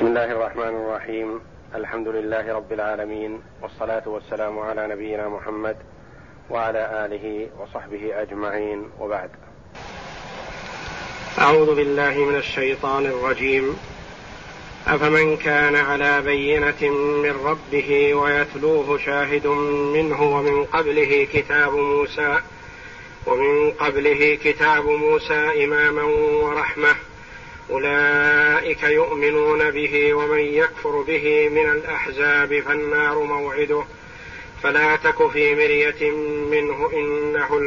بسم الله الرحمن الرحيم. الحمد لله رب العالمين، والصلاة والسلام على نبينا محمد وعلى آله وصحبه أجمعين، وبعد. أعوذ بالله من الشيطان الرجيم. أفمن كان على بينة من ربه ويتلوه شاهد منه ومن قبله كتاب موسى إماما ورحمة أولئك يؤمنون به، ومن يكفر به من الأحزاب فالنار موعده، فلا تك في مرية منه إنه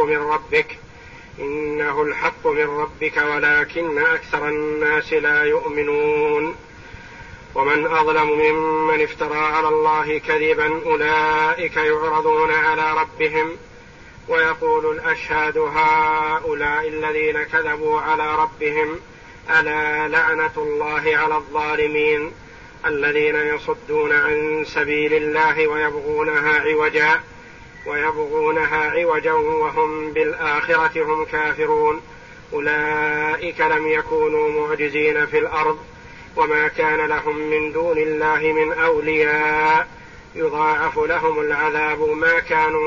الحق من ربك ولكن أكثر الناس لا يؤمنون. ومن أظلم ممن افترى على الله كذبا أولئك يعرضون على ربهم ويقول الأشهاد هؤلاء الذين كذبوا على ربهم ألا لعنة الله على الظالمين الذين يصدون عن سبيل الله ويبغونها عوجا وهم بالآخرة هم كافرون. أولئك لم يكونوا معجزين في الأرض وما كان لهم من دون الله من أولياء يضاعف لهم العذاب ما كانوا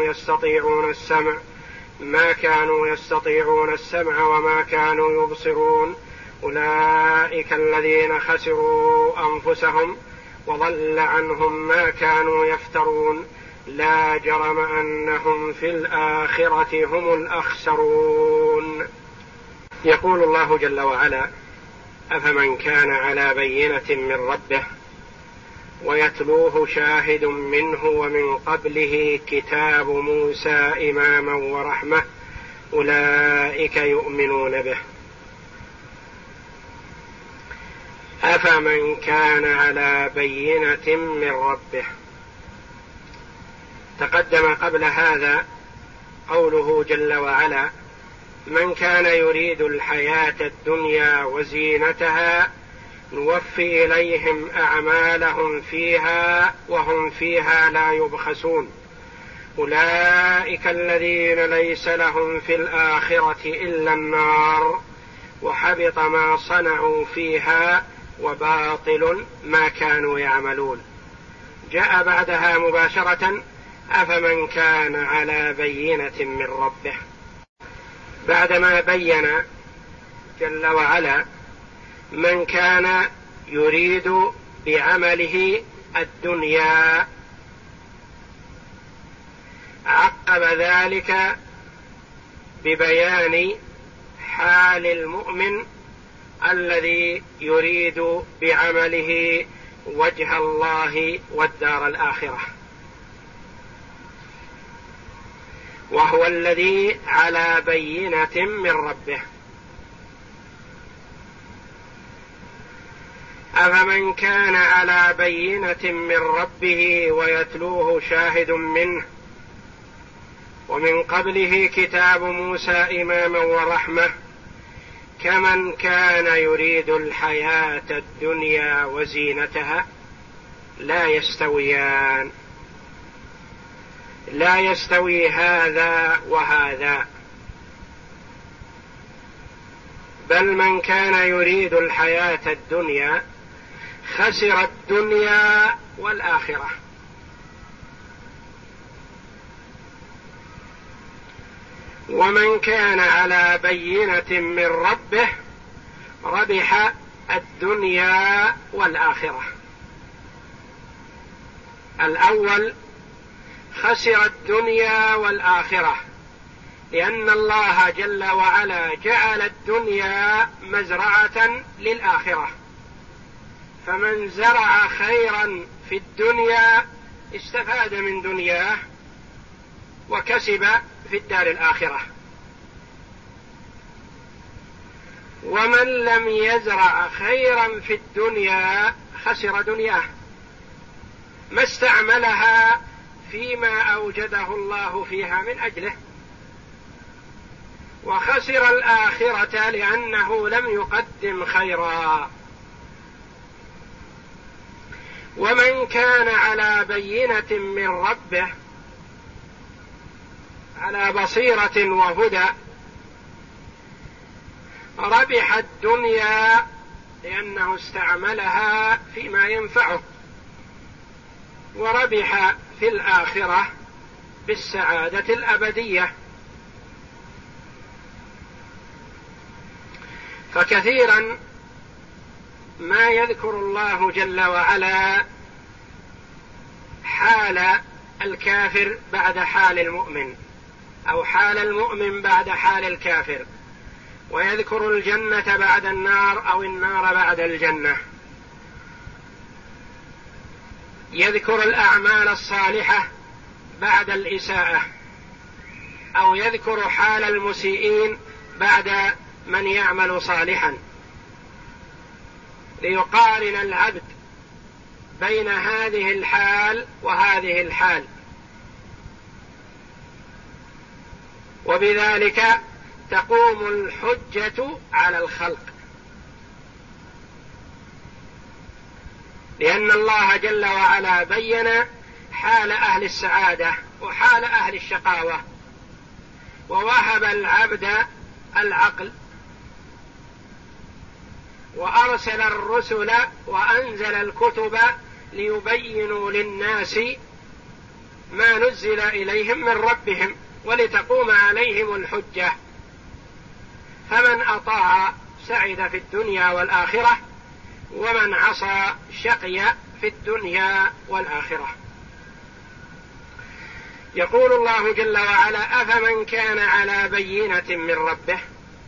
يستطيعون السمع وما كانوا يبصرون. أولئك الذين خسروا أنفسهم وضل عنهم ما كانوا يفترون، لا جرم أنهم في الآخرة هم الأخسرون. يقول الله جل وعلا: أفمن كان على بينة من ربه ويتلوه شاهد منه ومن قبله كتاب موسى إماما ورحمة أولئك يؤمنون به. أفمن كان على بينة من ربه. تقدم قبل هذا قوله جل وعلا: من كان يريد الحياة الدنيا وزينتها نوفي إليهم أعمالهم فيها وهم فيها لا يبخسون. أولئك الذين ليس لهم في الآخرة إلا النار وحبط ما صنعوا فيها وباطل ما كانوا يعملون. جاء بعدها مباشرة: أفمن كان على بينة من ربه، بعدما بين جل وعلا من كان يريد بعمله الدنيا، عقب ذلك ببيان حال المؤمن الذي يريد بعمله وجه الله والدار الآخرة، وهو الذي على بينة من ربه. أفمن كان على بينة من ربه ويتلوه شاهد منه ومن قبله كتاب موسى إماما ورحمة كمن كان يريد الحياة الدنيا وزينتها لا يستويان، لا يستوي هذا وهذا، بل من كان يريد الحياة الدنيا خسر الدنيا والآخرة. ومن كان على بينة من ربه ربح الدنيا والآخرة. الأول خسر الدنيا والآخرة، لأن الله جل وعلا جعل الدنيا مزرعة للآخرة، فمن زرع خيرا في الدنيا استفاد من دنياه وكسب في الدار الآخرة، ومن لم يزرع خيرا في الدنيا خسر دنياه، ما استعملها فيما أوجده الله فيها من أجله، وخسر الآخرة لأنه لم يقدم خيرا. ومن كان على بينة من ربه على بصيرة وهدى ربح الدنيا لأنه استعملها فيما ينفعه، وربح في الآخرة بالسعادة الأبدية. فكثيرا ما يذكر الله جل وعلا حال الكافر بعد حال المؤمن، أو حال المؤمن بعد حال الكافر، ويذكر الجنة بعد النار أو النار بعد الجنة، يذكر الأعمال الصالحة بعد الإساءة، أو يذكر حال المسيئين بعد من يعمل صالحا، ليقارن العبد بين هذه الحال وهذه الحال، وبذلك تقوم الحجة على الخلق، لأن الله جل وعلا بين حال أهل السعادة وحال أهل الشقاوة، ووهب العبد العقل، وأرسل الرسل وأنزل الكتب ليبينوا للناس ما نزل إليهم من ربهم ولتقوم عليهم الحجة. فمن أطاع سعد في الدنيا والآخرة، ومن عصى شقي في الدنيا والآخرة. يقول الله جل وعلا: أفمن كان على بينة من ربه،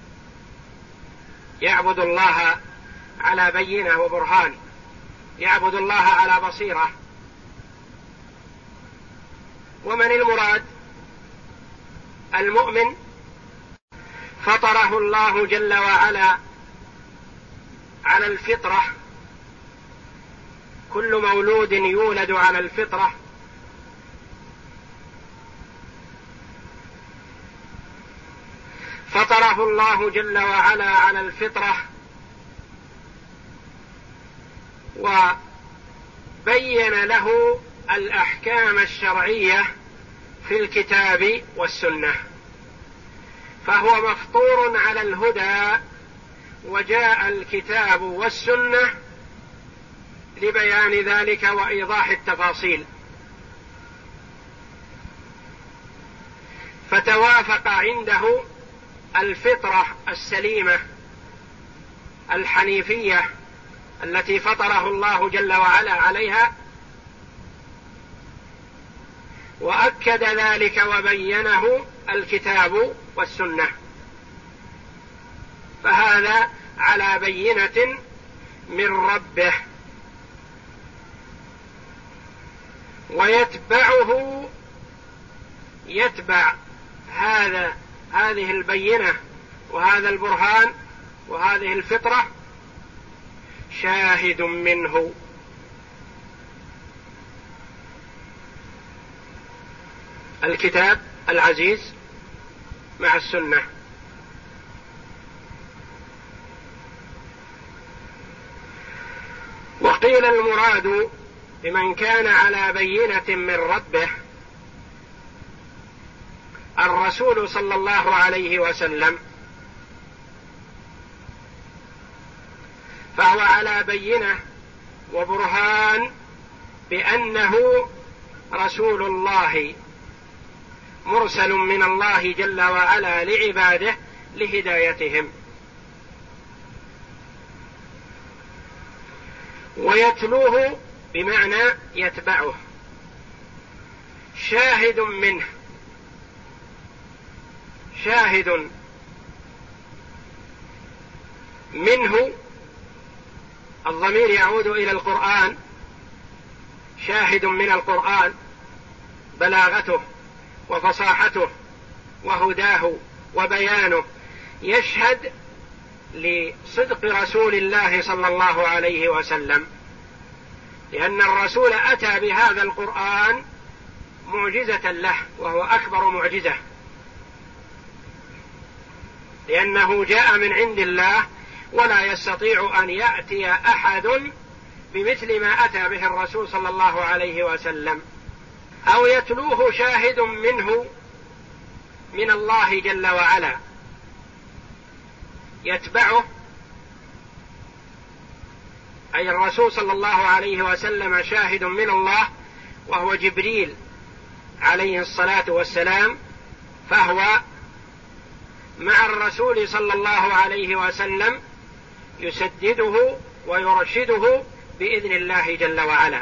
يعبد الله على بينة وبرهان، يعبد الله على بصيرة. ومن المراد؟ المؤمن فطره الله جل وعلا على الفطرة، كل مولود يولد على الفطرة، فطره الله جل وعلا على الفطرة، وبين له الأحكام الشرعية في الكتاب والسنة، فهو مفطور على الهدى، وجاء الكتاب والسنة لبيان ذلك وإيضاح التفاصيل، فتوافق عنده الفطرة السليمة الحنيفية التي فطره الله جل وعلا عليها، وأكد ذلك وبينه الكتاب والسنة، فهذا على بينة من ربه. ويتبعه، يتبع هذه البينة وهذا البرهان وهذه الفطرة شاهد منه، الكتاب العزيز مع السنة. وقيل المراد بمن كان على بينة من ربه الرسول صلى الله عليه وسلم، فهو على بينة وبرهان بأنه رسول الله مرسل من الله جل وعلا لعباده لهدايتهم. ويتلوه بمعنى يتبعه، شاهد منه، شاهد منه، الضمير يعود إلى القرآن، شاهد من القرآن، بلاغته وفصاحته وهداه وبيانه، يشهد لصدق رسول الله صلى الله عليه وسلم، لأن الرسول أتى بهذا القرآن معجزة له، وهو أكبر معجزة، لأنه جاء من عند الله، ولا يستطيع أن يأتي أحد بمثل ما أتى به الرسول صلى الله عليه وسلم. أو يتلوه شاهد منه من الله جل وعلا، يتبعه أي الرسول صلى الله عليه وسلم شاهد من الله وهو جبريل عليه الصلاة والسلام، فهو مع الرسول صلى الله عليه وسلم يسدده ويرشده بإذن الله جل وعلا.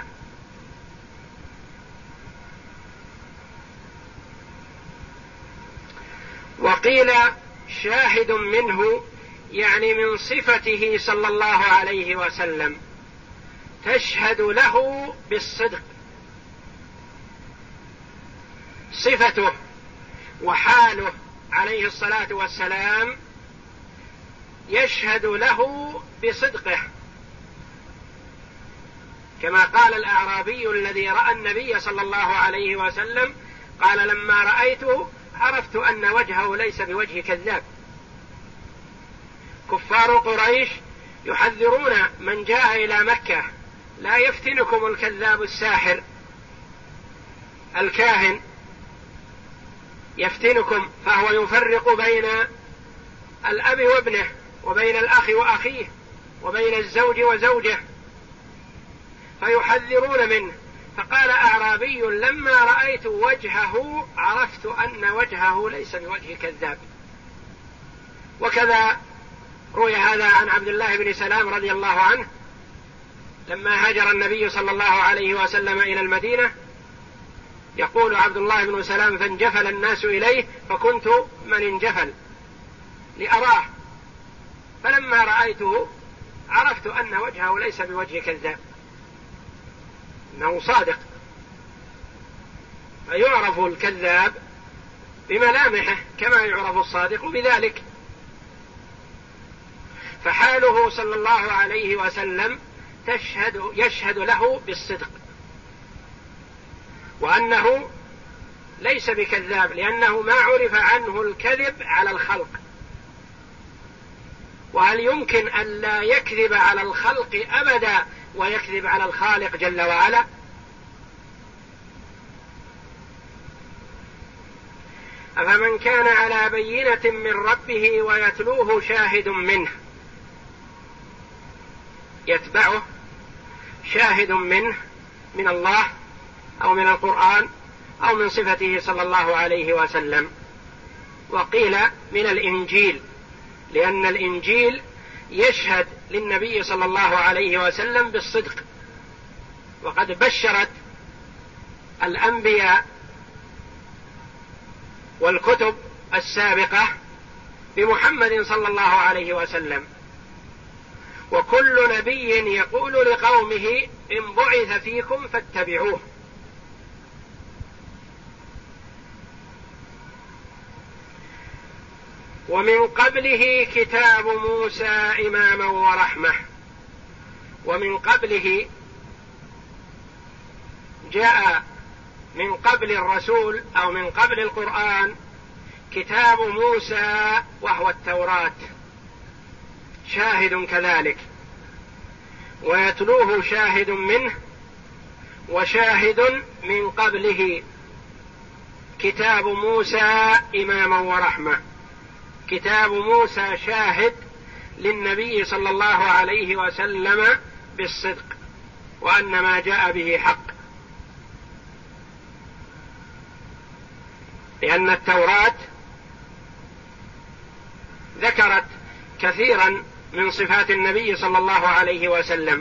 وقيل شاهد منه يعني من صفته صلى الله عليه وسلم، تشهد له بالصدق، صفته وحاله عليه الصلاة والسلام يشهد له بصدقه، كما قال الأعرابي الذي رأى النبي صلى الله عليه وسلم قال: لما رأيته عرفت أن وجهه ليس بوجه كذاب. كفار قريش يحذرون من جاء إلى مكة: لا يفتنكم الكذاب الساحر الكاهن، يفتنكم، فهو يفرق بين الأب وابنه، وبين الأخ وأخيه، وبين الزوج وزوجه، فيحذرون منه. فقال أعرابي: لما رأيت وجهه عرفت أن وجهه ليس بوجه كذاب. وكذا روي هذا عن عبد الله بن سلام رضي الله عنه لما هاجر النبي صلى الله عليه وسلم إلى المدينة، يقول عبد الله بن سلام: فانجفل الناس إليه فكنت من انجفل لأراه، فلما رأيته عرفت أن وجهه ليس بوجه كذاب، إنه صادق. فيعرف الكذاب بملامحه كما يعرف الصادق بذلك. فحاله صلى الله عليه وسلم يشهد له بالصدق، وأنه ليس بكذاب، لأنه ما عرف عنه الكذب على الخلق. وهل يمكن أن لا يكذب على الخلق أبدا ويكذب على الخالق جل وعلا؟ أفمن كان على بينة من ربه ويتلوه شاهد منه، يتبعه شاهد منه من الله أو من القرآن أو من صفته صلى الله عليه وسلم. وقيل من الإنجيل، لأن الإنجيل يشهد للنبي صلى الله عليه وسلم بالصدق، وقد بشرت الأنبياء والكتب السابقة بمحمد صلى الله عليه وسلم. وكل نبي يقول لقومه: إن بعث فيكم فاتبعوه. ومن قبله كتاب موسى إماما ورحمة. ومن قبله جاء من قبل الرسول أو من قبل القرآن كتاب موسى وهو التوراة، شاهد كذلك، ويتلوه شاهد منه وشاهد من قبله كتاب موسى إماما ورحمة. كتاب موسى شاهد للنبي صلى الله عليه وسلم بالصدق وأن ما جاء به حق، لأن التوراة ذكرت كثيرا من صفات النبي صلى الله عليه وسلم،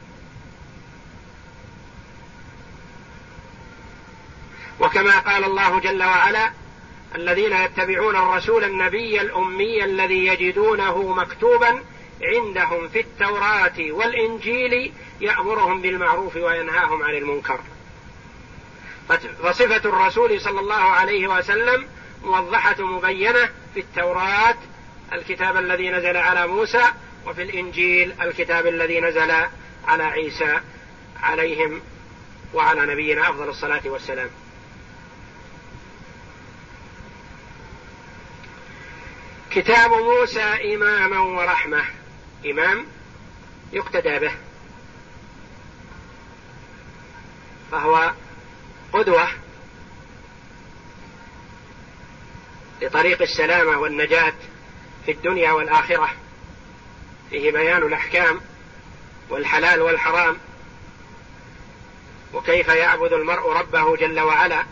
وكما قال الله جل وعلا: الذين يتبعون الرسول النبي الأمي الذي يجدونه مكتوبا عندهم في التوراة والإنجيل يأمرهم بالمعروف وينهاهم عن المنكر. فصفة الرسول صلى الله عليه وسلم موضحة مبينة في التوراة، الكتاب الذي نزل على موسى، وفي الإنجيل الكتاب الذي نزل على عيسى عليهم وعلى نبينا أفضل الصلاة والسلام. كتاب موسى إماما ورحمة، إمام يقتدى به، فهو قدوة لطريق السلامة والنجاة في الدنيا والآخرة، فيه بيان الأحكام والحلال والحرام، وكيف يعبد المرء ربه جل وعلا.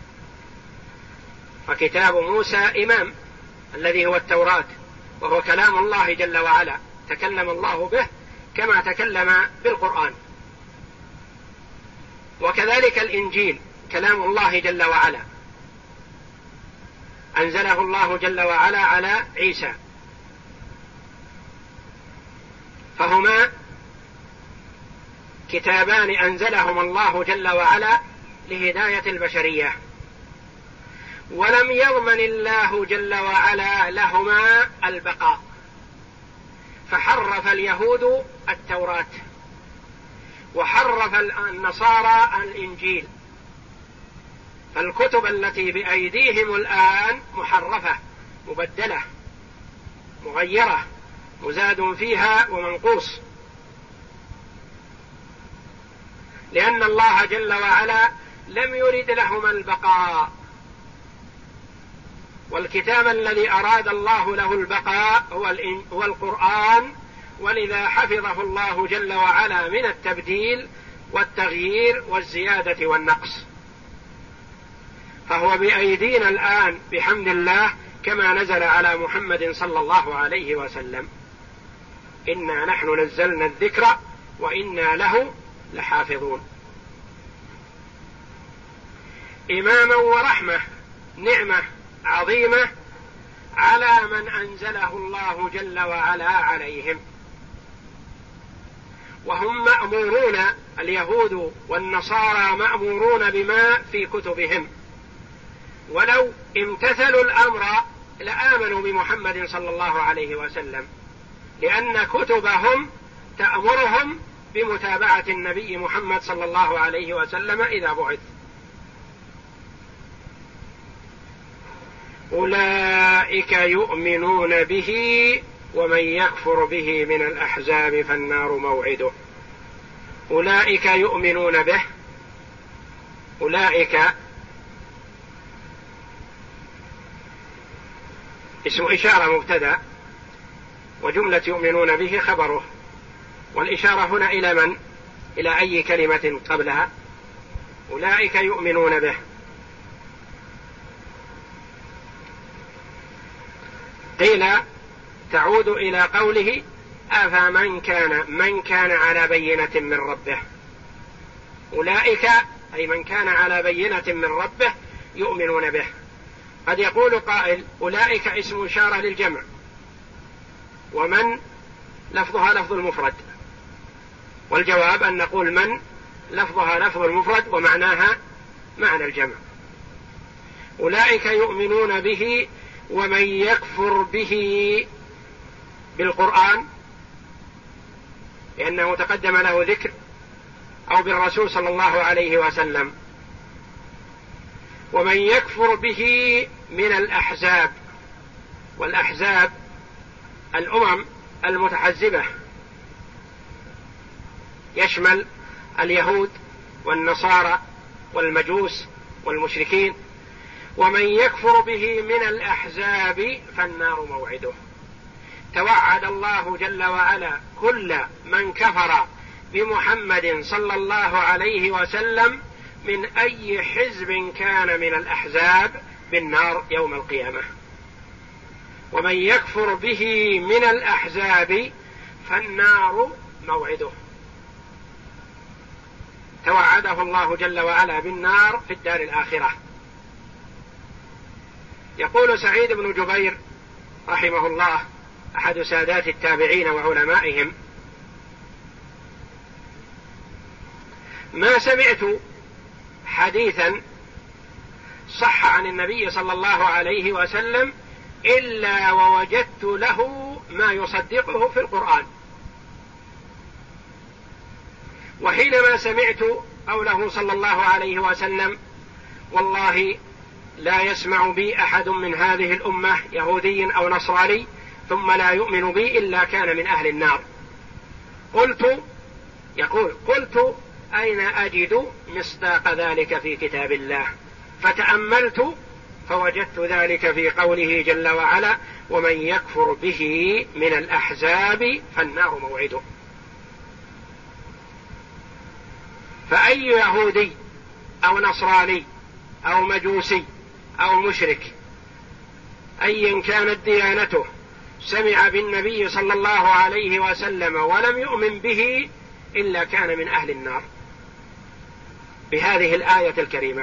فكتاب موسى إمام الذي هو التوراة، وهو كلام الله جل وعلا، تكلم الله به كما تكلم بالقرآن. وكذلك الإنجيل كلام الله جل وعلا، أنزله الله جل وعلا على عيسى، فهما كتابان أنزلهما الله جل وعلا لهداية البشرية، ولم يضمن الله جل وعلا لهما البقاء، فحرف اليهود التوراة وحرف النصارى الإنجيل، فالكتب التي بأيديهم الآن محرفة مبدلة مغيرة مزاد فيها ومنقوص، لأن الله جل وعلا لم يرد لهما البقاء، والكتاب الذي أراد الله له البقاء هو القرآن، ولذا حفظه الله جل وعلا من التبديل والتغيير والزيادة والنقص، فهو بأيدينا الآن بحمد الله كما نزل على محمد صلى الله عليه وسلم: إنا نحن نزلنا الذكر وإنا له لحافظون. إماما ورحمة، نعمة عظيمة على من أنزله الله جل وعلا عليهم، وهم مأمورون، اليهود والنصارى مأمورون بما في كتبهم، ولو امتثلوا الأمر لآمنوا بمحمد صلى الله عليه وسلم، لأن كتبهم تأمرهم بمتابعة النبي محمد صلى الله عليه وسلم إذا بعث. أولئك يؤمنون به ومن يكفر به من الأحزاب فالنار موعده. أولئك يؤمنون به، أولئك اسم إشارة مبتدأ، وجملة يؤمنون به خبره، والإشارة هنا إلى من؟ إلى أي كلمة قبلها؟ أولئك يؤمنون به. قيل تعود إلى قوله: من كان على بينة من ربه. أولئك أي من كان على بينة من ربه يؤمنون به. قد يقول قائل: أولئك اسم إشارة للجمع، ومن لفظها لفظ المفرد، والجواب أن نقول من لفظها لفظ المفرد ومعناها معنى الجمع. أولئك يؤمنون به ومن يكفر به بالقرآن، لأنه تقدم له ذكر، أو بالرسول صلى الله عليه وسلم. ومن يكفر به من الأحزاب، والأحزاب الأمم المتحزبة، يشمل اليهود والنصارى والمجوس والمشركين. ومن يكفر به من الأحزاب فالنار موعده. توعد الله جل وعلا كل من كفر بمحمد صلى الله عليه وسلم من أي حزب كان من الأحزاب بالنار يوم القيامة. ومن يكفر به من الأحزاب فالنار موعده. توعده الله جل وعلا بالنار في الدار الآخرة. يقول سعيد بن جبير رحمه الله، أحد سادات التابعين وعلمائهم: ما سمعت حديثا صح عن النبي صلى الله عليه وسلم إلا ووجدت له ما يصدقه في القرآن. وحينما سمعت قوله صلى الله عليه وسلم: والله لا يسمع بي أحد من هذه الأمة يهودي أو نصراني ثم لا يؤمن بي إلا كان من أهل النار، قلت أين أجد مصداق ذلك في كتاب الله؟ فتأملت فوجدت ذلك في قوله جل وعلا: ومن يكفر به من الأحزاب فالنار موعده. فأي يهودي أو نصراني أو مجوسي أو مشرك أيا كانت ديانته سمع بالنبي صلى الله عليه وسلم ولم يؤمن به إلا كان من أهل النار بهذه الآية الكريمة.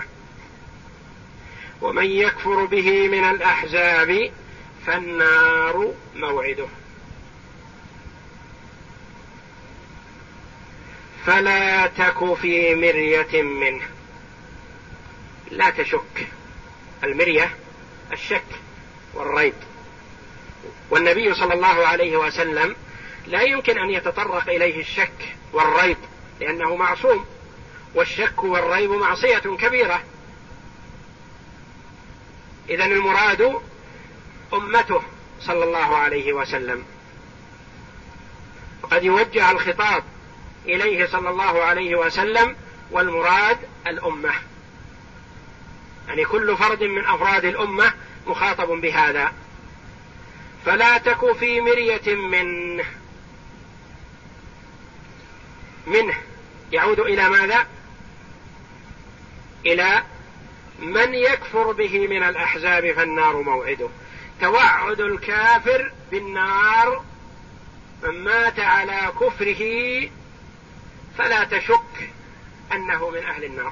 ومن يكفر به من الأحزاب فالنار موعده. فلا تك في مرية منه، لا تشك. المرية الشك والريب، والنبي صلى الله عليه وسلم لا يمكن أن يتطرق إليه الشك والريب لأنه معصوم، والشك والريب معصية كبيرة. إذن المراد أمته صلى الله عليه وسلم، وقد يوجه الخطاب إليه صلى الله عليه وسلم، والمراد الأمة، يعني كل فرد من أفراد الأمة مخاطب بهذا. فلا تك في مرية منه يعود إلى ماذا؟ إلى من يكفر به من الأحزاب فالنار موعده. توعد الكافر بالنار، من مات على كفره فلا تشك أنه من أهل النار.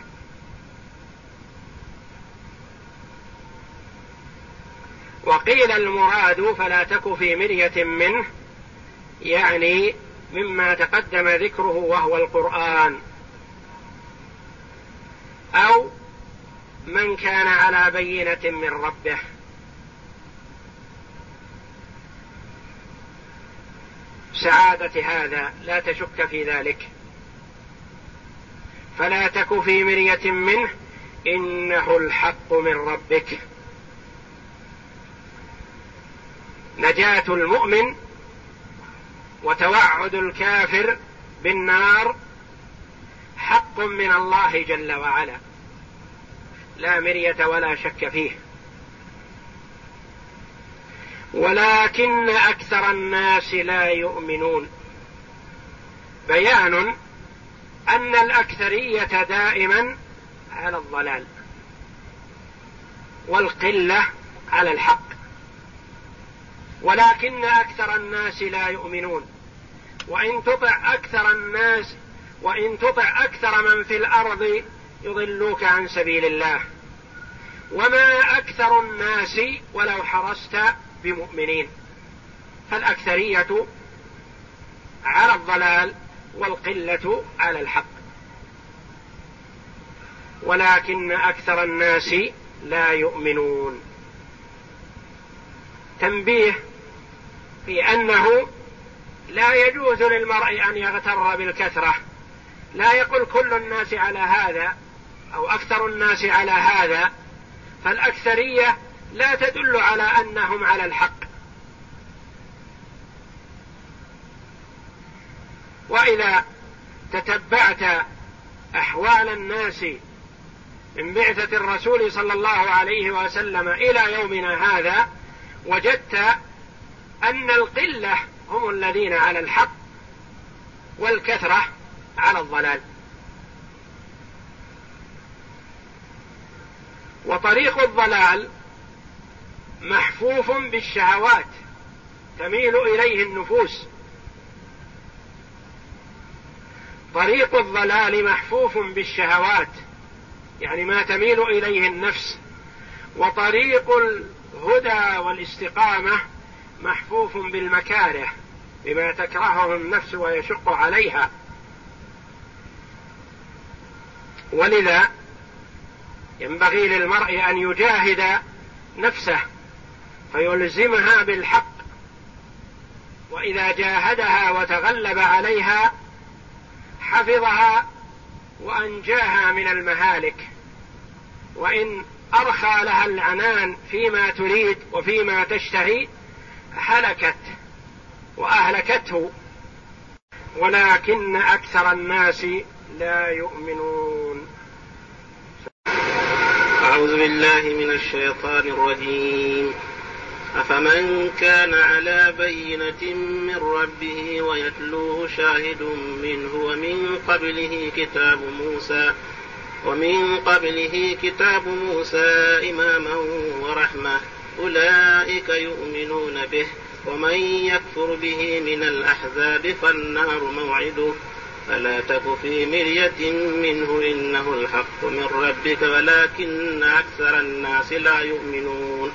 وقيل المراد فلا تك في مرية منه يعني مما تقدم ذكره وهو القرآن، أو من كان على بينة من ربه. سعادة هذا لا تشك في ذلك. فلا تك في مرية منه إنه الحق من ربك. نجاة المؤمن وتوعد الكافر بالنار حق من الله جل وعلا، لا مرية ولا شك فيه. ولكن أكثر الناس لا يؤمنون. بيان أن الأكثرية دائما على الضلال والقلة على الحق، ولكن أكثر الناس لا يؤمنون. وإن تطع أكثر الناس، وإن تطع أكثر من في الأرض يضلوك عن سبيل الله، وما أكثر الناس ولو حرصت بمؤمنين. فالأكثرية على الضلال والقلة على الحق، ولكن أكثر الناس لا يؤمنون. تنبيه في أنه لا يجوز للمرء أن يغتر بالكثرة، لا يقول كل الناس على هذا أو أكثر الناس على هذا، فالأكثرية لا تدل على أنهم على الحق. وإذا تتبعت أحوال الناس من بعثة الرسول صلى الله عليه وسلم إلى يومنا هذا، وجدت أن القلة هم الذين على الحق والكثرة على الضلال. وطريق الضلال محفوف بالشهوات تميل إليه النفوس. طريق الضلال محفوف بالشهوات يعني ما تميل إليه النفس. وطريق الهدى والاستقامة محفوف بالمكاره بما تكرهه النفس ويشق عليها. ولذا ينبغي للمرء أن يجاهد نفسه فيلزمها بالحق، وإذا جاهدها وتغلب عليها حفظها وأنجاها من المهالك. وإن أرخى لها العنان فيما تريد وفيما تشتهي هلكت وأهلكته. ولكن أكثر الناس لا يؤمنون. أعوذ بالله من الشيطان الرجيم. أفمن كان على بينة من ربه ويتلوه شاهد منه ومن قبله كتاب موسى إماما ورحمة أولئك يؤمنون به ومن يكفر به من الأحزاب فالنار موعده فلا تك في مرية منه إنه الحق من ربك ولكن أكثر الناس لا يؤمنون.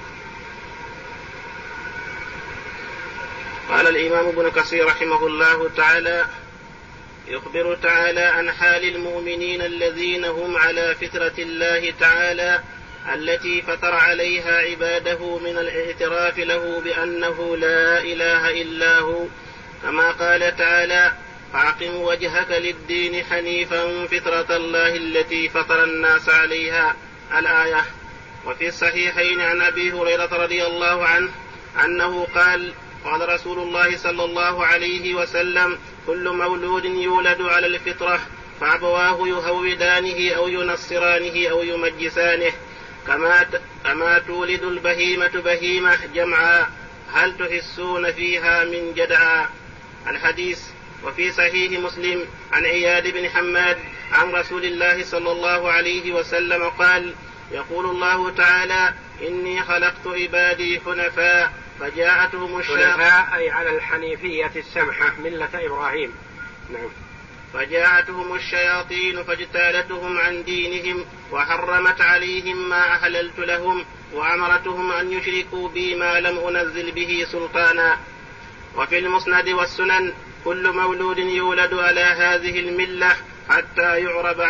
قال الإمام ابن كثير رحمه الله تعالى: يخبر تعالى عن حال المؤمنين الذين هم على فطرة الله تعالى التي فطر عليها عباده من الاعتراف له بأنه لا إله إلا هو، كما قال تعالى: فأقم وجهك للدين حنيفا فطرة الله التي فطر الناس عليها الآية. وفي الصحيحين عن أبي هريرة رضي الله عنه أنه قال: قال رسول الله صلى الله عليه وسلم: كل مولود يولد على الفطرة فأبواه يهودانه أو ينصرانه أو يمجسانه كما تولد البهيمة بهيمة جمعا هل تحسون فيها من جدعا. الحديث. وفي صحيح مسلم عن عياد بن حماد عن رسول الله صلى الله عليه وسلم قال: يقول الله تعالى: إني خلقت عبادي حنفاء فجاءتهم حنفاء أي على الحنيفية السمحة ملة إبراهيم. نعم. فجاءتهم الشياطين فاجتالتهم عن دينهم وحرمت عليهم ما أحللت لهم وأمرتهم أن يشركوا بي ما لم أنزل به سلطانا. وفي المسند والسنن: كل مولود يولد على هذه الملة حتى يعرب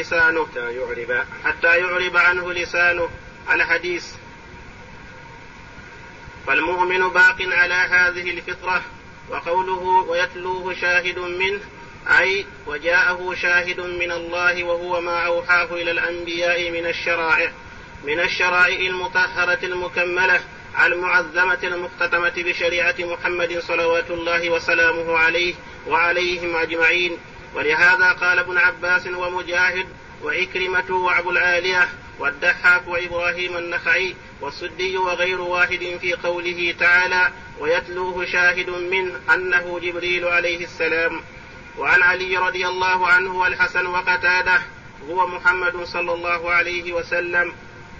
عنه لسانه. الحديث. فالمؤمن باق على هذه الفطرة. وقوله ويتلوه شاهد منه أي وجاءه شاهد من الله وهو ما أوحاه إلى الأنبياء من الشرائع المطهرة المكملة المعظمة المختتمة بشريعة محمد صلوات الله وسلامه عليه وعليهم أجمعين. ولهذا قال ابن عباس ومجاهد وعكرمة وأبو العالية والضحاك وإبراهيم النخعي والسدي وغير واحد في قوله تعالى: ويتلوه شاهد منه أنه جبريل عليه السلام. وعن علي رضي الله عنه والحسن وقتاده هو محمد صلى الله عليه وسلم،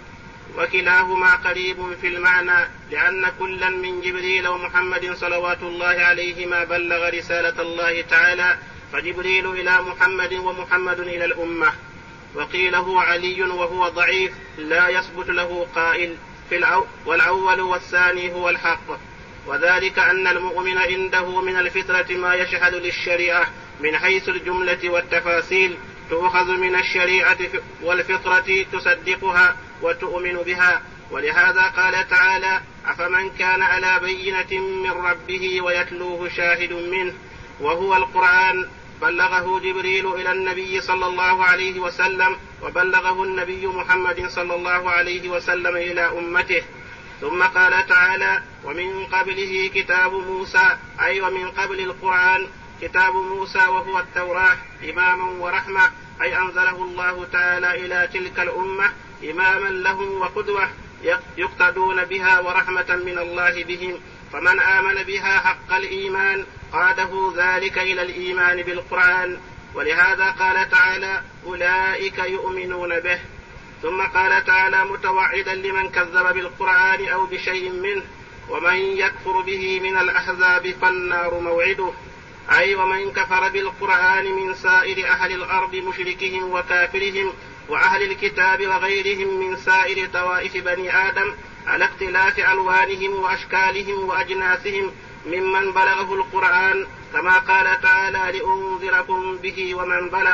وكلاهما قريب في المعنى، لأن كلا من جبريل ومحمد صلوات الله عليهما بلغ رسالة الله تعالى، فجبريل إلى محمد ومحمد إلى الأمة. وقيل هو علي وهو ضعيف لا يثبت له قائل، والأول والثاني هو الحق. وذلك أن المؤمن عنده من الفطرة ما يشهد للشريعة من حيث الجملة والتفاصيل، تؤخذ من الشريعة والفطرة تصدقها وتؤمن بها. ولهذا قال تعالى: أفمن كان على بينة من ربه ويتلوه شاهد منه، وهو القرآن بلغه جبريل إلى النبي صلى الله عليه وسلم، وبلغه النبي محمد صلى الله عليه وسلم إلى أمته. ثم قال تعالى: ومن قبله كتاب موسى، أي ومن قبل القرآن كتاب موسى وهو التوراة إماما ورحمة، أي أنزله الله تعالى إلى تلك الأمة إماما لهم وقدوة يقتدون بها ورحمة من الله بهم، فمن آمن بها حق الإيمان قاده ذلك إلى الإيمان بالقرآن. ولهذا قال تعالى: أولئك يؤمنون به. ثم قال تعالى متوعدا لمن كذب بالقرآن أو بشيء منه: ومن يكفر به من الأحزاب فالنار موعده، أي ومن كفر بالقرآن من سائر أهل الأرض مشركهم وكافرهم وأهل الكتاب وغيرهم من سائر طوائف بني آدم على اختلاف ألوانهم وأشكالهم وأجناسهم ممن بلغه القرآن، كما قال تعالى: لأنذركم به ومن بلغ.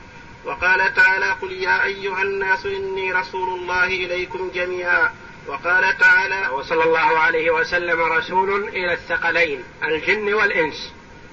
وقال تعالى: قل يا أيها الناس إني رسول الله إليكم جميعا. وقال تعالى: وصلى الله عليه وسلم رسول إلى الثقلين الجن والإنس،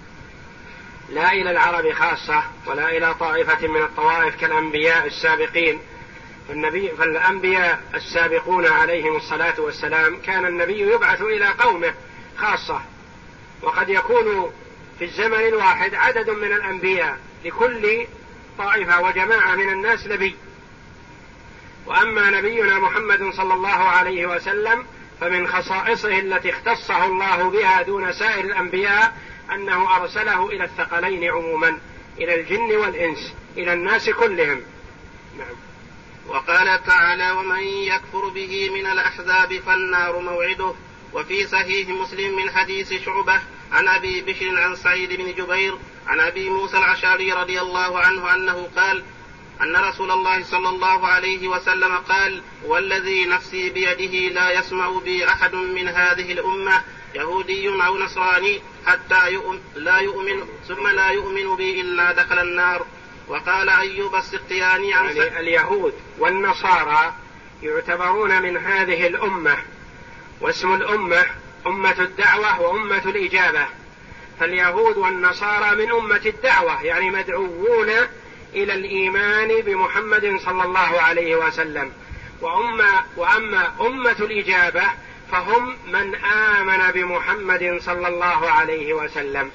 لا إلى العرب خاصة ولا إلى طائفة من الطوائف كالأنبياء السابقين. فالأنبياء السابقون عليهم الصلاة والسلام كان النبي يبعث إلى قومه خاصة، وقد يكون في الزمن الواحد عدد من الأنبياء لكل طائفة وجماعة من الناس نبي. وأما نبينا محمد صلى الله عليه وسلم فمن خصائصه التي اختصه الله بها دون سائر الأنبياء أنه أرسله إلى الثقلين عموما، إلى الجن والإنس، إلى الناس كلهم. نعم. وقال تعالى: ومن يكفر به من الأحزاب فالنار موعده. وفي صحيح مسلم من حديث شعبة عن أبي بشر عن سعيد بن جبير عن أبي موسى الأشعري رضي الله عنه أنه قال أن رسول الله صلى الله عليه وسلم قال: والذي نفسي بيده لا يسمع بي أحد من هذه الأمة يهودي أو نصراني حتى لا يؤمن ثم لا يؤمن بي إلا دخل النار. وقال أيوب السختياني يعني اليهود والنصارى يعتبرون من هذه الأمة، واسم الأمة أمة الدعوة وأمة الإجابة، فاليهود والنصارى من أمة الدعوة، يعني مدعوون إلى الإيمان بمحمد صلى الله عليه وسلم. وأما أمة الإجابة فهم من آمن بمحمد صلى الله عليه وسلم.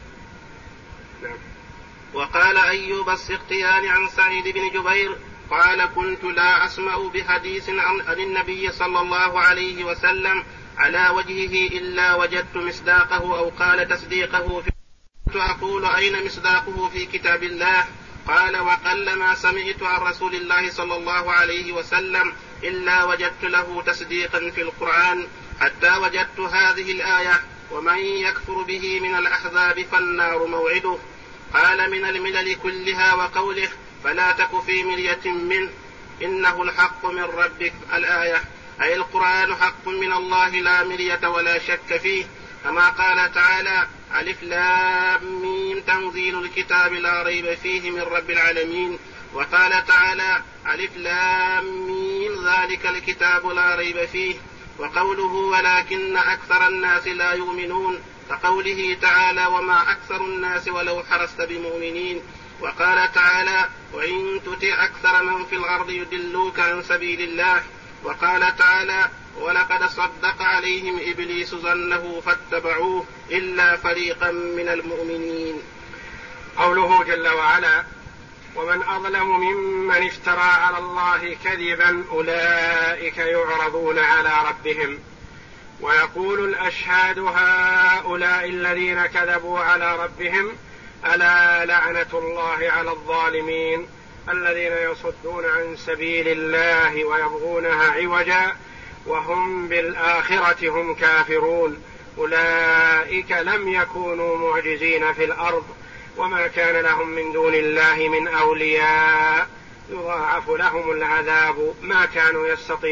نعم. وقال أيوب السختياني عن سعيد بن جبير قال: كنت لا أسمع بحديث عن النبي صلى الله عليه وسلم على وجهه إلا وجدت مصداقه أو قال تصديقه كنت أقول: أين مصداقه في كتاب الله؟ قال: وقل ما سمعت عن رسول الله صلى الله عليه وسلم إلا وجدت له تصديقا في القرآن حتى وجدت هذه الآية: ومن يكفر به من الأحزاب فالنار موعده. قال: من الملل كلها وقوله: فلا تك في مرية منه إنه الحق من ربك. الآية أي القرآن حق من الله لا مرية ولا شك فيه، كما قال تعالى: ألف لام ميم تنزيل الكتاب لا ريب فيه من رب العالمين. وقال تعالى: ألف لام ميم ذلك الكتاب لا ريب فيه. وقوله: ولكن أكثر الناس لا يؤمنون، كقوله تعالى: وما أكثر الناس ولو حرصت بمؤمنين. وقال تعالى: وإن تطع أكثر من في الأرض يضلوك عن سبيل الله. وقال تعالى: ولقد صدق عليهم إبليس ظنه فاتبعوه إلا فريقا من المؤمنين. قوله جل وعلا: ومن أظلم ممن افترى على الله كذبا أولئك يعرضون على ربهم ويقول الأشهاد هؤلاء الذين كذبوا على ربهم ألا لعنة الله على الظالمين الذين يصدون عن سبيل الله ويبغونها عوجا وهم بالآخرة هم كافرون أولئك لم يكونوا معجزين في الأرض وما كان لهم من دون الله من أولياء يضاعف لهم العذاب ما كانوا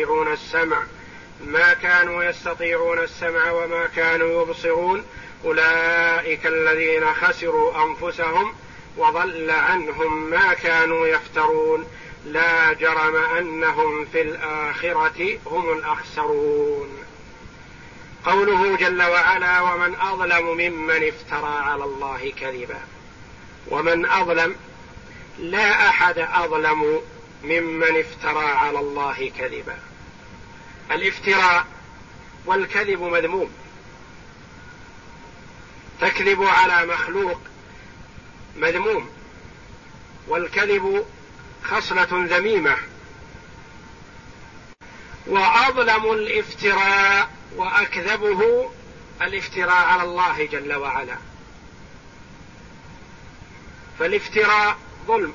يستطيعون السمع وما كانوا يبصرون أولئك الذين خسروا أنفسهم وضل عنهم ما كانوا يفترون لا جرم أنهم في الآخرة هم الأخسرون. قوله جل وعلا: ومن أظلم ممن افترى على الله كذبا. ومن أظلم، لا أحد أظلم ممن افترى على الله كذبا. الافتراء والكذب مذموم، تكذب على مخلوق مذموم، والكذب خصلة ذميمة. وأظلم الافتراء وأكذبه الافتراء على الله جل وعلا، فالافتراء ظلم،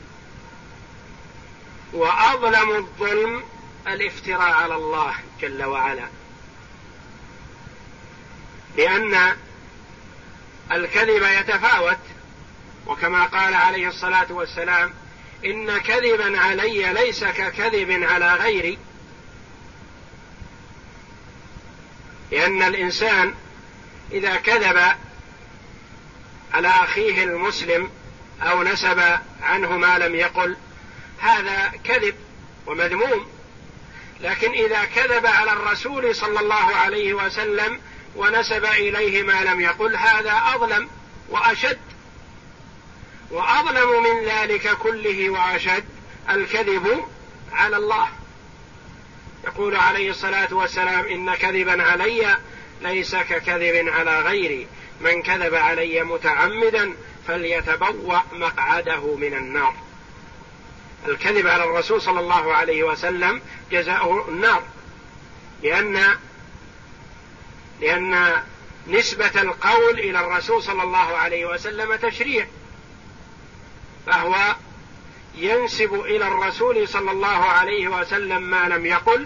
وأظلم الظلم الافتراء على الله جل وعلا، لأن الكذب يتفاوت، وكما قال عليه الصلاة والسلام: إن كذبا علي ليس ككذب على غيري. لأن الإنسان إذا كذب على أخيه المسلم أو نسب عنه ما لم يقل هذا كذب ومذموم، لكن إذا كذب على الرسول صلى الله عليه وسلم ونسب إليه ما لم يقل هذا أظلم وأشد. وأظلم من ذلك كله وأشد الكذب على الله. يقول عليه الصلاة والسلام: إن كذبا علي ليس ككذب على غيري، من كذب علي متعمدا فليتبوأ مقعده من النار. الكذب على الرسول صلى الله عليه وسلم جزاؤه النار، لأن لأن نسبة القول إلى الرسول صلى الله عليه وسلم تشريع، فهو ينسب إلى الرسول صلى الله عليه وسلم ما لم يقل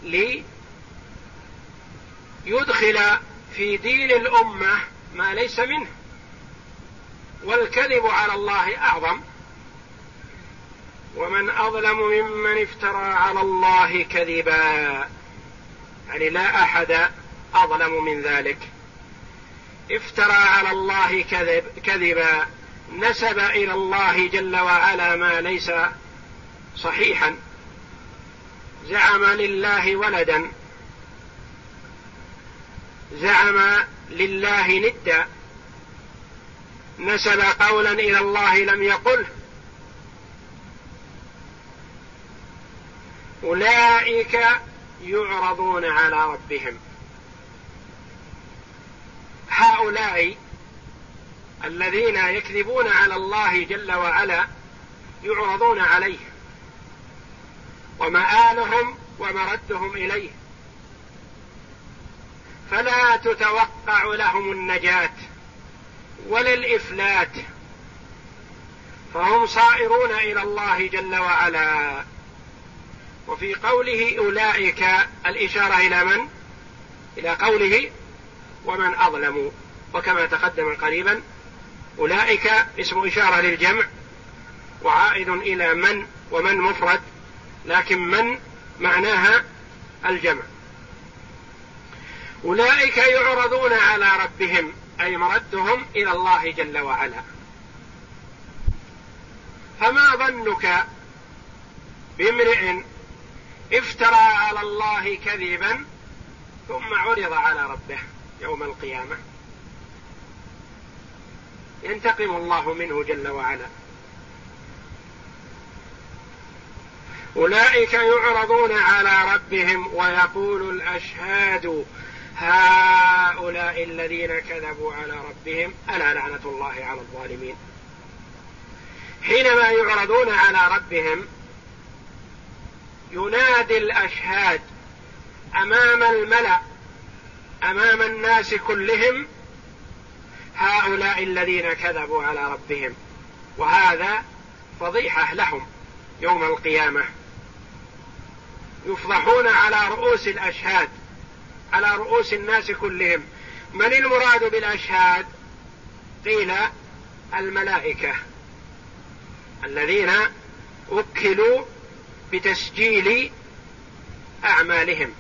ليدخل في دين الأمة ما ليس منه، والكذب على الله أعظم. ومن أظلم ممن افترى على الله كذبا، يعني لا أحد أظلم من ذلك. افترى على الله كذبا، نسب إلى الله جل وعلا ما ليس صحيحا، زعم لله ولدا، زعم لله ندا، نسب قولا إلى الله لم يقله. أولئك يعرضون على ربهم. هؤلاء الذين يكذبون على الله جل وعلا يعرضون عليه، ومآلهم ومردهم إليه، فلا تتوقع لهم النجاة ولا الإفلات، فهم صائرون إلى الله جل وعلا. وفي قوله أولئك الإشارة إلى من؟ إلى قوله ومن أظلم، وكما تقدم قريبا أولئك اسم إشارة للجمع وعائد إلى من، ومن مفرد، لكن من معناها الجمع. أولئك يعرضون على ربهم، أي مردهم إلى الله جل وعلا. فما ظنك بامرئ افترى على الله كذبا ثم عرض على ربه يوم القيامة؟ ينتقم الله منه جل وعلا. أولئك يعرضون على ربهم ويقول الأشهاد هؤلاء الذين كذبوا على ربهم ألا لعنة الله على الظالمين. حينما يعرضون على ربهم ينادي الأشهاد أمام الملأ، أمام الناس كلهم، هؤلاء الذين كذبوا على ربهم، وهذا فضيحة لهم يوم القيامة. يفضحون على رؤوس الأشهاد، على رؤوس الناس كلهم. من المراد بالأشهاد؟ قيل الملائكة الذين وكلوا بتسجيل أعمالهم،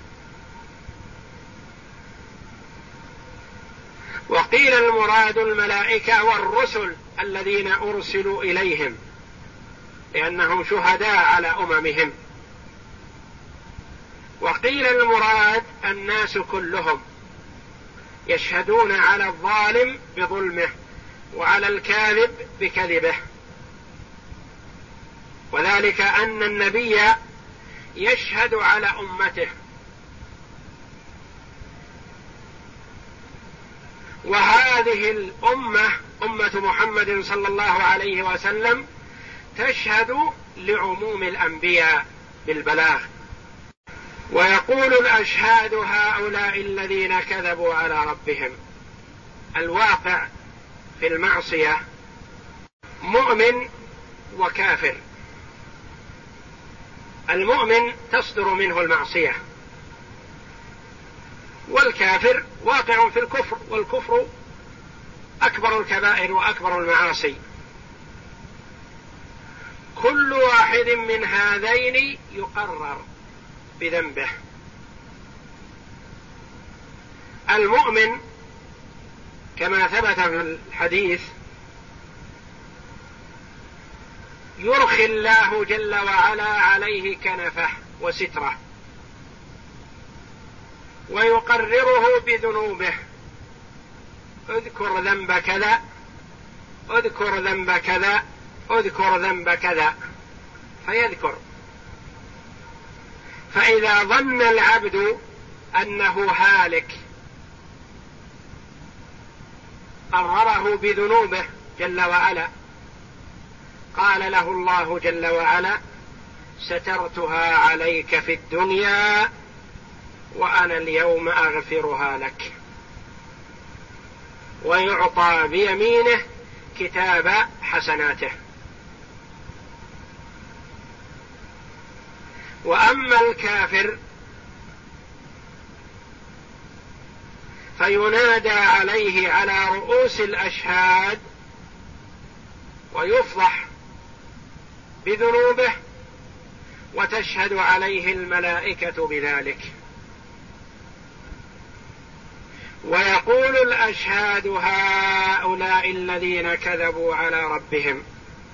وقيل المراد الملائكة والرسل الذين أرسلوا إليهم، لأنهم شهداء على أممهم. وقيل المراد الناس كلهم يشهدون على الظالم بظلمه وعلى الكاذب بكذبه، وذلك أن النبي يشهد على أمته، وهذه الأمة أمة محمد صلى الله عليه وسلم تشهد لعموم الأنبياء بالبلاغ. ويقول الأشهاد هؤلاء الذين كذبوا على ربهم. الواقع في المعصية مؤمن وكافر. المؤمن تصدر منه المعصية، والكافر واقع في الكفر، والكفر أكبر الكبائر وأكبر المعاصي. كل واحد من هذين يقرر بذنبه. المؤمن كما ثبت في الحديث يرخي الله جل وعلا عليه كنفه وستره، ويقرره بذنوبه. اذكر ذنب كذا، اذكر ذنب كذا، اذكر ذنب كذا، فيذكر. فإذا ظن العبد أنه هالك قرره بذنوبه جل وعلا، قال له الله جل وعلا: سترتها عليك في الدنيا وأنا اليوم أغفرها لك. ويعطى بيمينه كتاب حسناته. وأما الكافر فينادى عليه على رؤوس الأشهاد ويفضح بذنوبه وتشهد عليه الملائكة بذلك. ويقول الأشهاد هؤلاء الذين كذبوا على ربهم،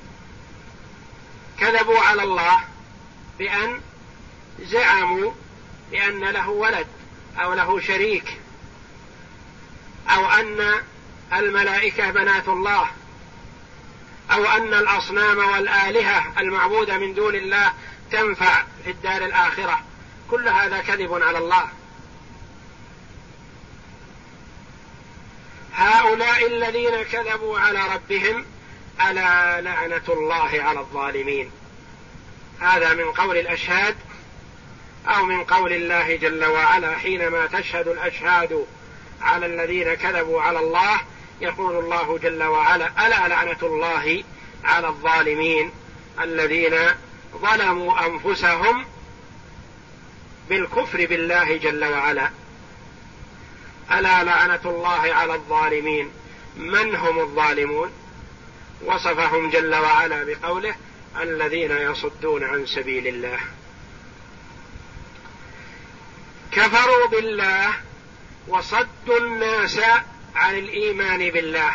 كذبوا على الله بأن زعموا بأن له ولد أو له شريك، أو أن الملائكة بنات الله، أو أن الأصنام والآلهة المعبودة من دون الله تنفع في الدار الآخرة. كل هذا كذب على الله. هؤلاء الذين كذبوا على ربهم ألا لعنة الله على الظالمين. هذا من قول الأشهاد أو من قول الله جل وعلا حينما تشهد الأشهاد على الذين كذبوا على الله، يقول الله جل وعلا ألا لعنة الله على الظالمين الذين ظلموا أنفسهم بالكفر بالله جل وعلا. ألا لعنة الله على الظالمين. من هم الظالمون؟ وصفهم جل وعلا بقوله الذين يصدون عن سبيل الله. كفروا بالله وصدوا الناس عن الإيمان بالله،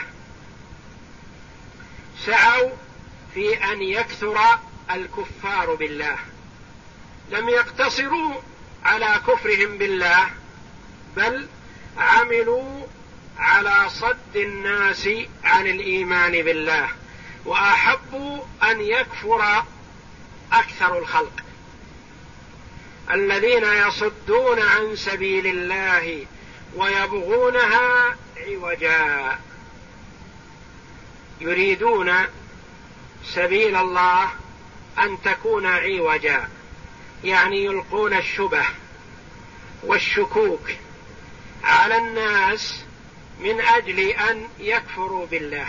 سعوا في أن يكثر الكفار بالله، لم يقتصروا على كفرهم بالله بل عملوا على صد الناس عن الإيمان بالله، وأحبوا أن يكفر أكثر الخلق. الذين يصدون عن سبيل الله ويبغونها عوجا، يريدون سبيل الله أن تكون عوجا، يعني يلقون الشبه والشكوك على الناس من أجل أن يكفروا بالله.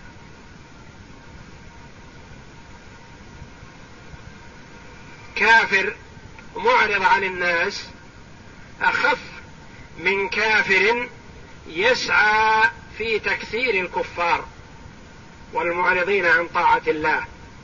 كافر معرض عن الناس أخف من كافر يسعى في تكثير الكفار والمعرضين عن طاعة الله،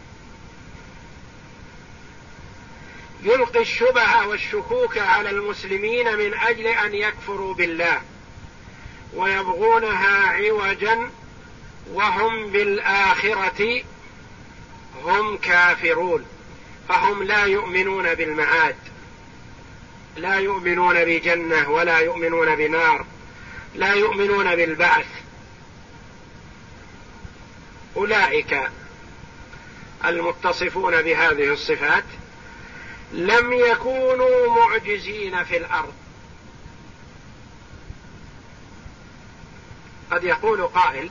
يلقي الشبه والشكوك على المسلمين من أجل أن يكفروا بالله، ويبغونها عوجا وهم بالآخرة هم كافرون. فهم لا يؤمنون بالمعاد، لا يؤمنون بجنة ولا يؤمنون بنار، لا يؤمنون بالبعث. أولئك المتصفون بهذه الصفات لم يكونوا معجزين في الأرض. قد يقول قائل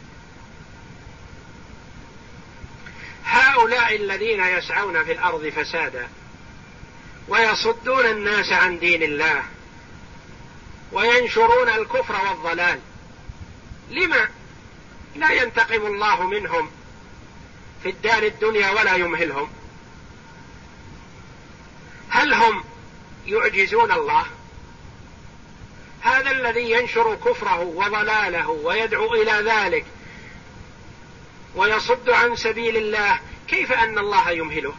هؤلاء الذين يسعون في الأرض فسادا ويصدون الناس عن دين الله وينشرون الكفر والضلال، لما لا ينتقم الله منهم في الدار الدنيا ولا يمهلهم؟ هل هم يعجزون الله؟ هذا الذي ينشر كفره وضلاله ويدعو إلى ذلك ويصد عن سبيل الله، كيف أن الله يمهله؟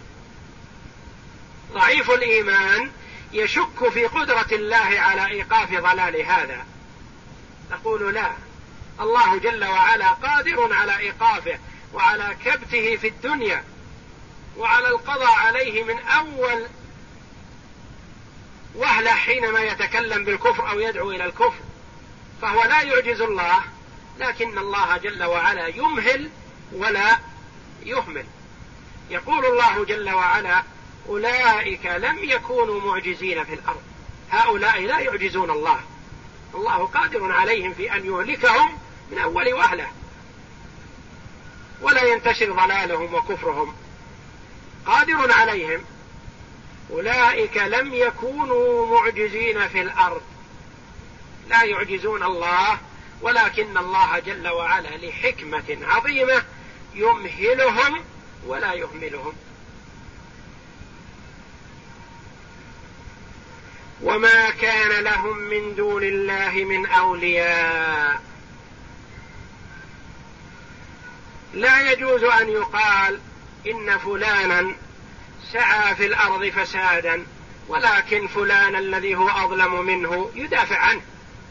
ضعيف الإيمان يشك في قدرة الله على إيقاف ضلال هذا. نقول لا، الله جل وعلا قادر على إيقافه وعلى كبته في الدنيا وعلى القضاء عليه من أول وهلة حينما يتكلم بالكفر أو يدعو إلى الكفر، فهو لا يعجز الله، لكن الله جل وعلا يمهل ولا يهمل. يقول الله جل وعلا أولئك لم يكونوا معجزين في الأرض. هؤلاء لا يعجزون الله، الله قادر عليهم في أن يهلكهم من أول وهلة ولا ينتشر ضلالهم وكفرهم، قادر عليهم. أولئك لم يكونوا معجزين في الأرض، لا يعجزون الله ولكن الله جل وعلا لحكمة عظيمة يمهلهم ولا يهملهم. وما كان لهم من دون الله من أولياء. لا يجوز أن يقال إن فلانا سعى في الأرض فسادا ولكن فلان الذي هو أظلم منه يدافع عنه.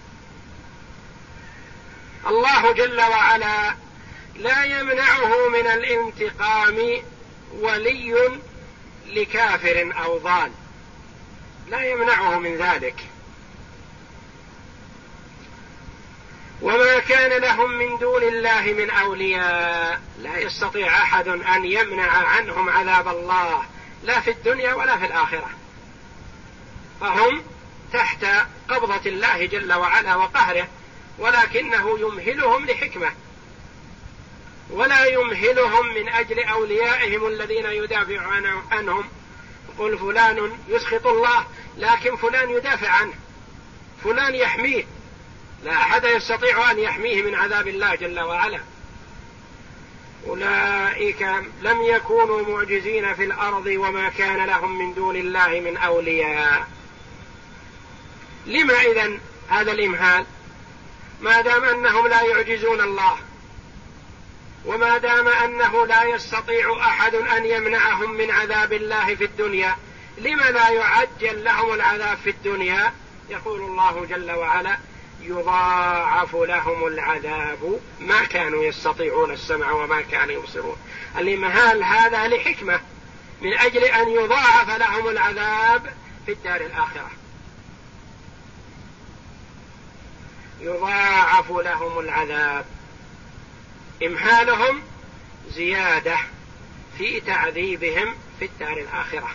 الله جل وعلا لا يمنعه من الانتقام ولي لكافر أو ضال، لا يمنعه من ذلك. وما كان لهم من دون الله من أولياء، لا يستطيع أحد أن يمنع عنهم عذاب الله لا في الدنيا ولا في الآخرة، فهم تحت قبضة الله جل وعلا وقهره، ولكنه يمهلهم لحكمة، ولا يمهلهم من أجل أوليائهم الذين يدافع عنهم. قل فلان يسخط الله، لكن فلان يدافع عنه، فلان يحميه، لا أحد يستطيع أن يحميه من عذاب الله جل وعلا. أولئك لم يكونوا معجزين في الأرض وما كان لهم من دون الله من أولياء. لما إذن هذا الإمهال؟ ما دام أنهم لا يعجزون الله، وما دام أنه لا يستطيع أحد أن يمنعهم من عذاب الله في الدنيا، لما لا يعجل لهم العذاب في الدنيا؟ يقول الله جل وعلا: يضاعف لهم العذاب ما كانوا يستطيعون السمع وما كانوا يبصرون. الإمهال هذا لحكمة، من أجل أن يضاعف لهم العذاب في الدار الآخرة. يضاعف لهم العذاب، إمهالهم زيادة في تعذيبهم في الدار الآخرة.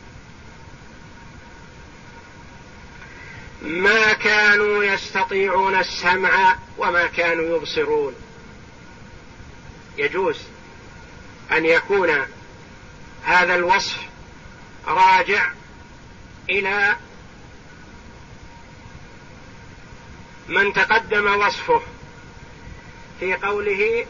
ما كانوا يستطيعون السمع وما كانوا يبصرون. يجوز أن يكون هذا الوصف راجع إلى من تقدم وصفه في قوله: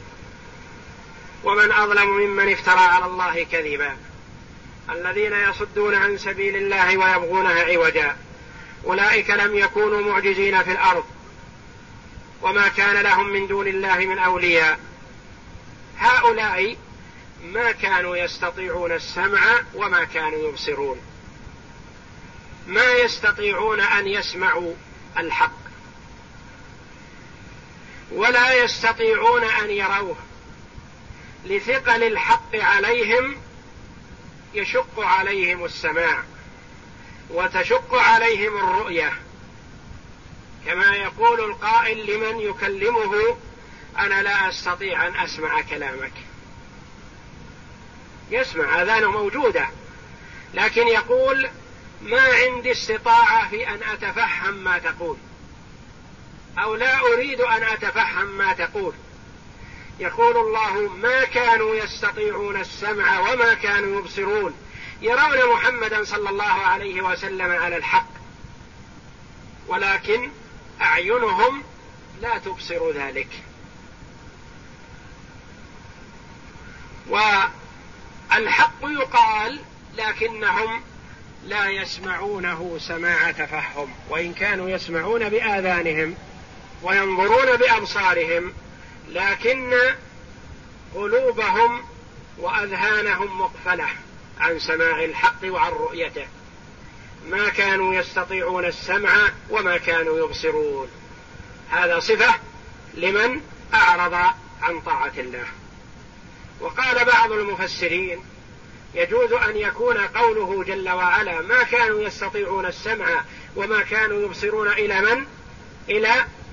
ومن أظلم ممن افترى على الله كذبا، الذين يصدون عن سبيل الله ويبغونها عوجا، أولئك لم يكونوا معجزين في الأرض وما كان لهم من دون الله من أولياء. هؤلاء ما كانوا يستطيعون السمع وما كانوا يبصرون، ما يستطيعون أن يسمعوا الحق ولا يستطيعون أن يروه، لثقل الحق عليهم يشق عليهم السماع وتشق عليهم الرؤية، كما يقول القائل لمن يكلمه: أنا لا أستطيع أن أسمع كلامك. يسمع، آذانه موجودة، لكن يقول: ما عندي استطاعة في أن أتفهم ما تقول، أو لا أريد أن أتفهم ما تقول. يقول الله: ما كانوا يستطيعون السمع وما كانوا يبصرون، يرون محمدا صلى الله عليه وسلم على الحق، ولكن أعينهم لا تبصر ذلك. والحق يقال لكنهم لا يسمعونه سماع تفهم، وإن كانوا يسمعون بآذانهم وينظرون بأبصارهم، لكن قلوبهم وأذهانهم مقفلة عن سماع الحق وعن رؤيته. ما كانوا يستطيعون السمع وما كانوا يبصرون. هذا صفة لمن أعرض عن طاعة الله. وقال بعض المفسرين: يجوز أن يكون قوله جل وعلا ما كانوا يستطيعون السمع وما كانوا يبصرون إلى من؟ إلى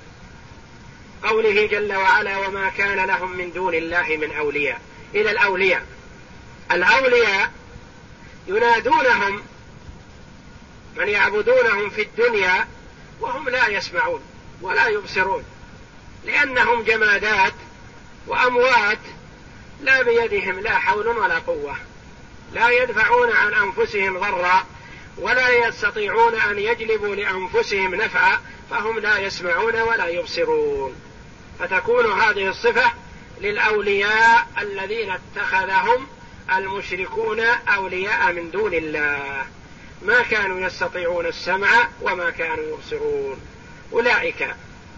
قوله جل وعلا: وما كان لهم من دون الله من أولياء، إلى الأولياء. الأولياء ينادونهم من يعبدونهم في الدنيا وهم لا يسمعون ولا يبصرون، لأنهم جمادات وأموات لا بيدهم لا حول ولا قوة، لا يدفعون عن أنفسهم ضرا ولا يستطيعون أن يجلبوا لأنفسهم نفعا فهم لا يسمعون ولا يبصرون. فتكون هذه الصفة للأولياء الذين اتخذهم المشركون أولياء من دون الله، ما كانوا يستطيعون السمع وما كانوا يبصرون. أولئك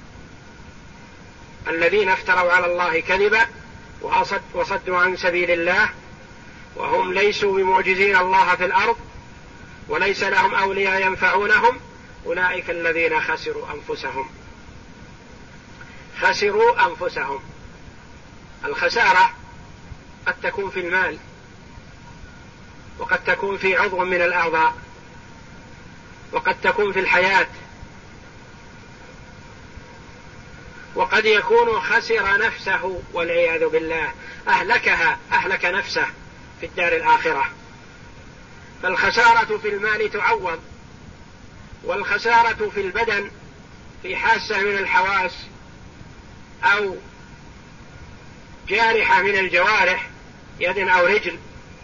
الذين افتروا على الله كذبا وصدوا عن سبيل الله وهم ليسوا بمعجزين الله في الأرض وليس لهم أولياء ينفعونهم، أولئك الذين خسروا أنفسهم. الخسارة قد تكون في المال، وقد تكون في عضو من الأعضاء، وقد تكون في الحياة، وقد يكون خسر نفسه والعياذ بالله، أهلك نفسه في الدار الآخرة. فالخسارة في المال تعوض، والخسارة في البدن في حاسة من الحواس أو جارحة من الجوارح يد أو رجل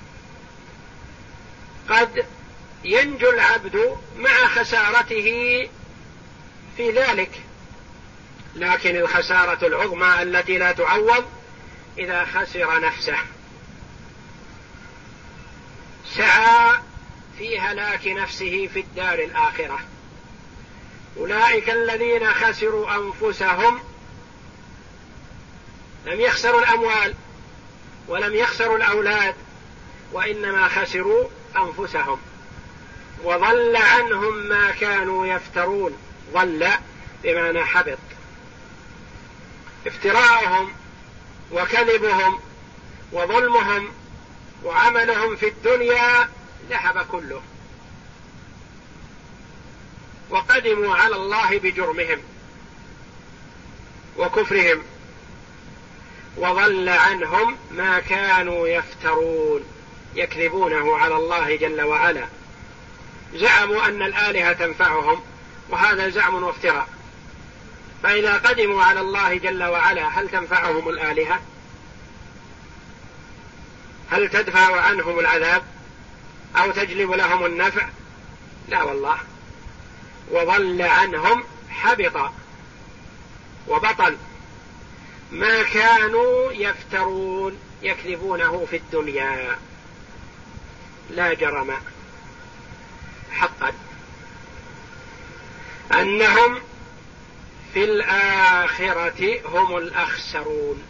قد ينجو العبد مع خسارته في ذلك، لكن الخسارة العظمى التي لا تعوض إذا خسر نفسه سعى في هلاك نفسه في الدار الآخرة. أولئك الذين خسروا أنفسهم، لم يخسروا الأموال ولم يخسروا الأولاد، وإنما خسروا أنفسهم، وضل عنهم ما كانوا يفترون. ضل بمعنى حبط، افتراءهم وكذبهم وظلمهم وعملهم في الدنيا ذهب كله، وقدموا على الله بجرمهم وكفرهم، وضل عنهم ما كانوا يفترون، يكذبونه على الله جل وعلا. زعموا أن الآلهة تنفعهم، وهذا زعم وافتراء. فإذا قدموا على الله جل وعلا هل تنفعهم الآلهة؟ هل تدفع عنهم العذاب أو تجلب لهم النفع؟ لا والله. وضل عنهم، حبط وبطل ما كانوا يفترون، يكذبونه في الدنيا. لا جرم حقا أنهم في الآخرة هم الأخسرون.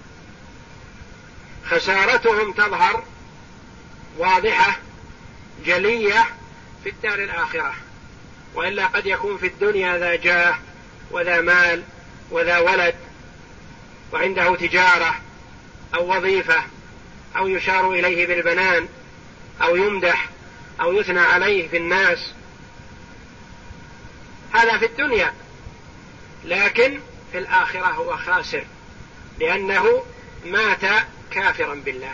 خسارتهم تظهر واضحة جلية في الدار الآخرة، وإلا قد يكون في الدنيا ذا جاه وذا مال وذا ولد وعنده تجارة أو وظيفة أو يشار إليه بالبنان أو يمدح أو يثنى عليه في الناس، هذا في الدنيا. لكن في الآخرة هو خاسر، لأنه مات كافرا بالله.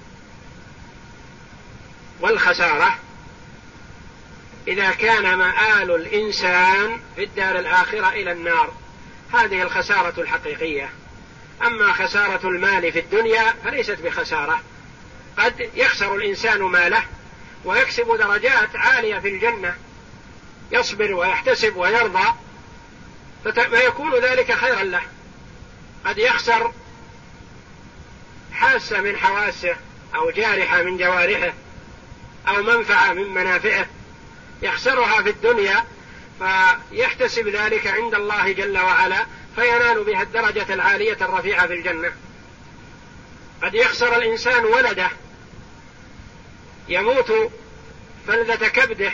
والخسارة إذا كان مآل الإنسان في الدار الآخرة إلى النار، هذه الخسارة الحقيقية. أما خسارة المال في الدنيا فليست بخسارة، قد يخسر الإنسان ماله ويكسب درجات عالية في الجنة، يصبر ويحتسب ويرضى فيكون ذلك خيرا له. قد يخسر حاسة من حواسه أو جارحة من جوارحه أو منفعة من منافعه، يخسرها في الدنيا فيحتسب ذلك عند الله جل وعلا فينال بها الدرجة العالية الرفيعة في الجنة. قد يخسر الإنسان ولده، يموت فلذة كبده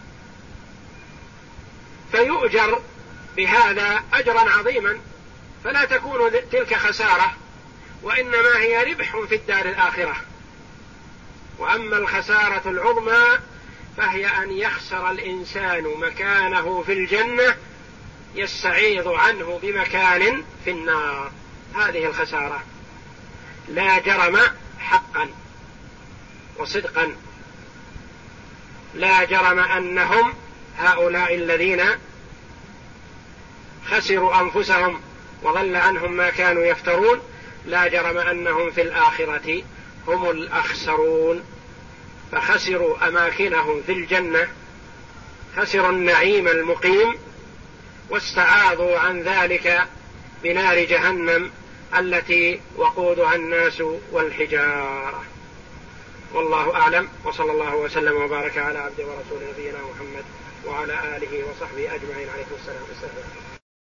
فيؤجر بهذا أجرا عظيما، فلا تكون تلك خسارة، وإنما هي ربح في الدار الآخرة. وأما الخسارة العظمى فهي أن يخسر الإنسان مكانه في الجنة يستعيض عنه بمكان في النار، هذه الخسارة. لا جرم حقا وصدقا، لا جرم أنهم هؤلاء الذين خسروا أنفسهم وضل عنهم ما كانوا يفترون، لا جرم أنهم في الآخرة هم الأخسرون، فخسروا أماكنهم في الجنة خسروا النعيم المقيم واستعاضوا عن ذلك بنار جهنم التي وقودها الناس والحجارة. والله أعلم، وصلى الله وسلم وبارك على عبده ورسوله نبينا محمد وعلى آله وصحبه أجمعين. عليكم السلام.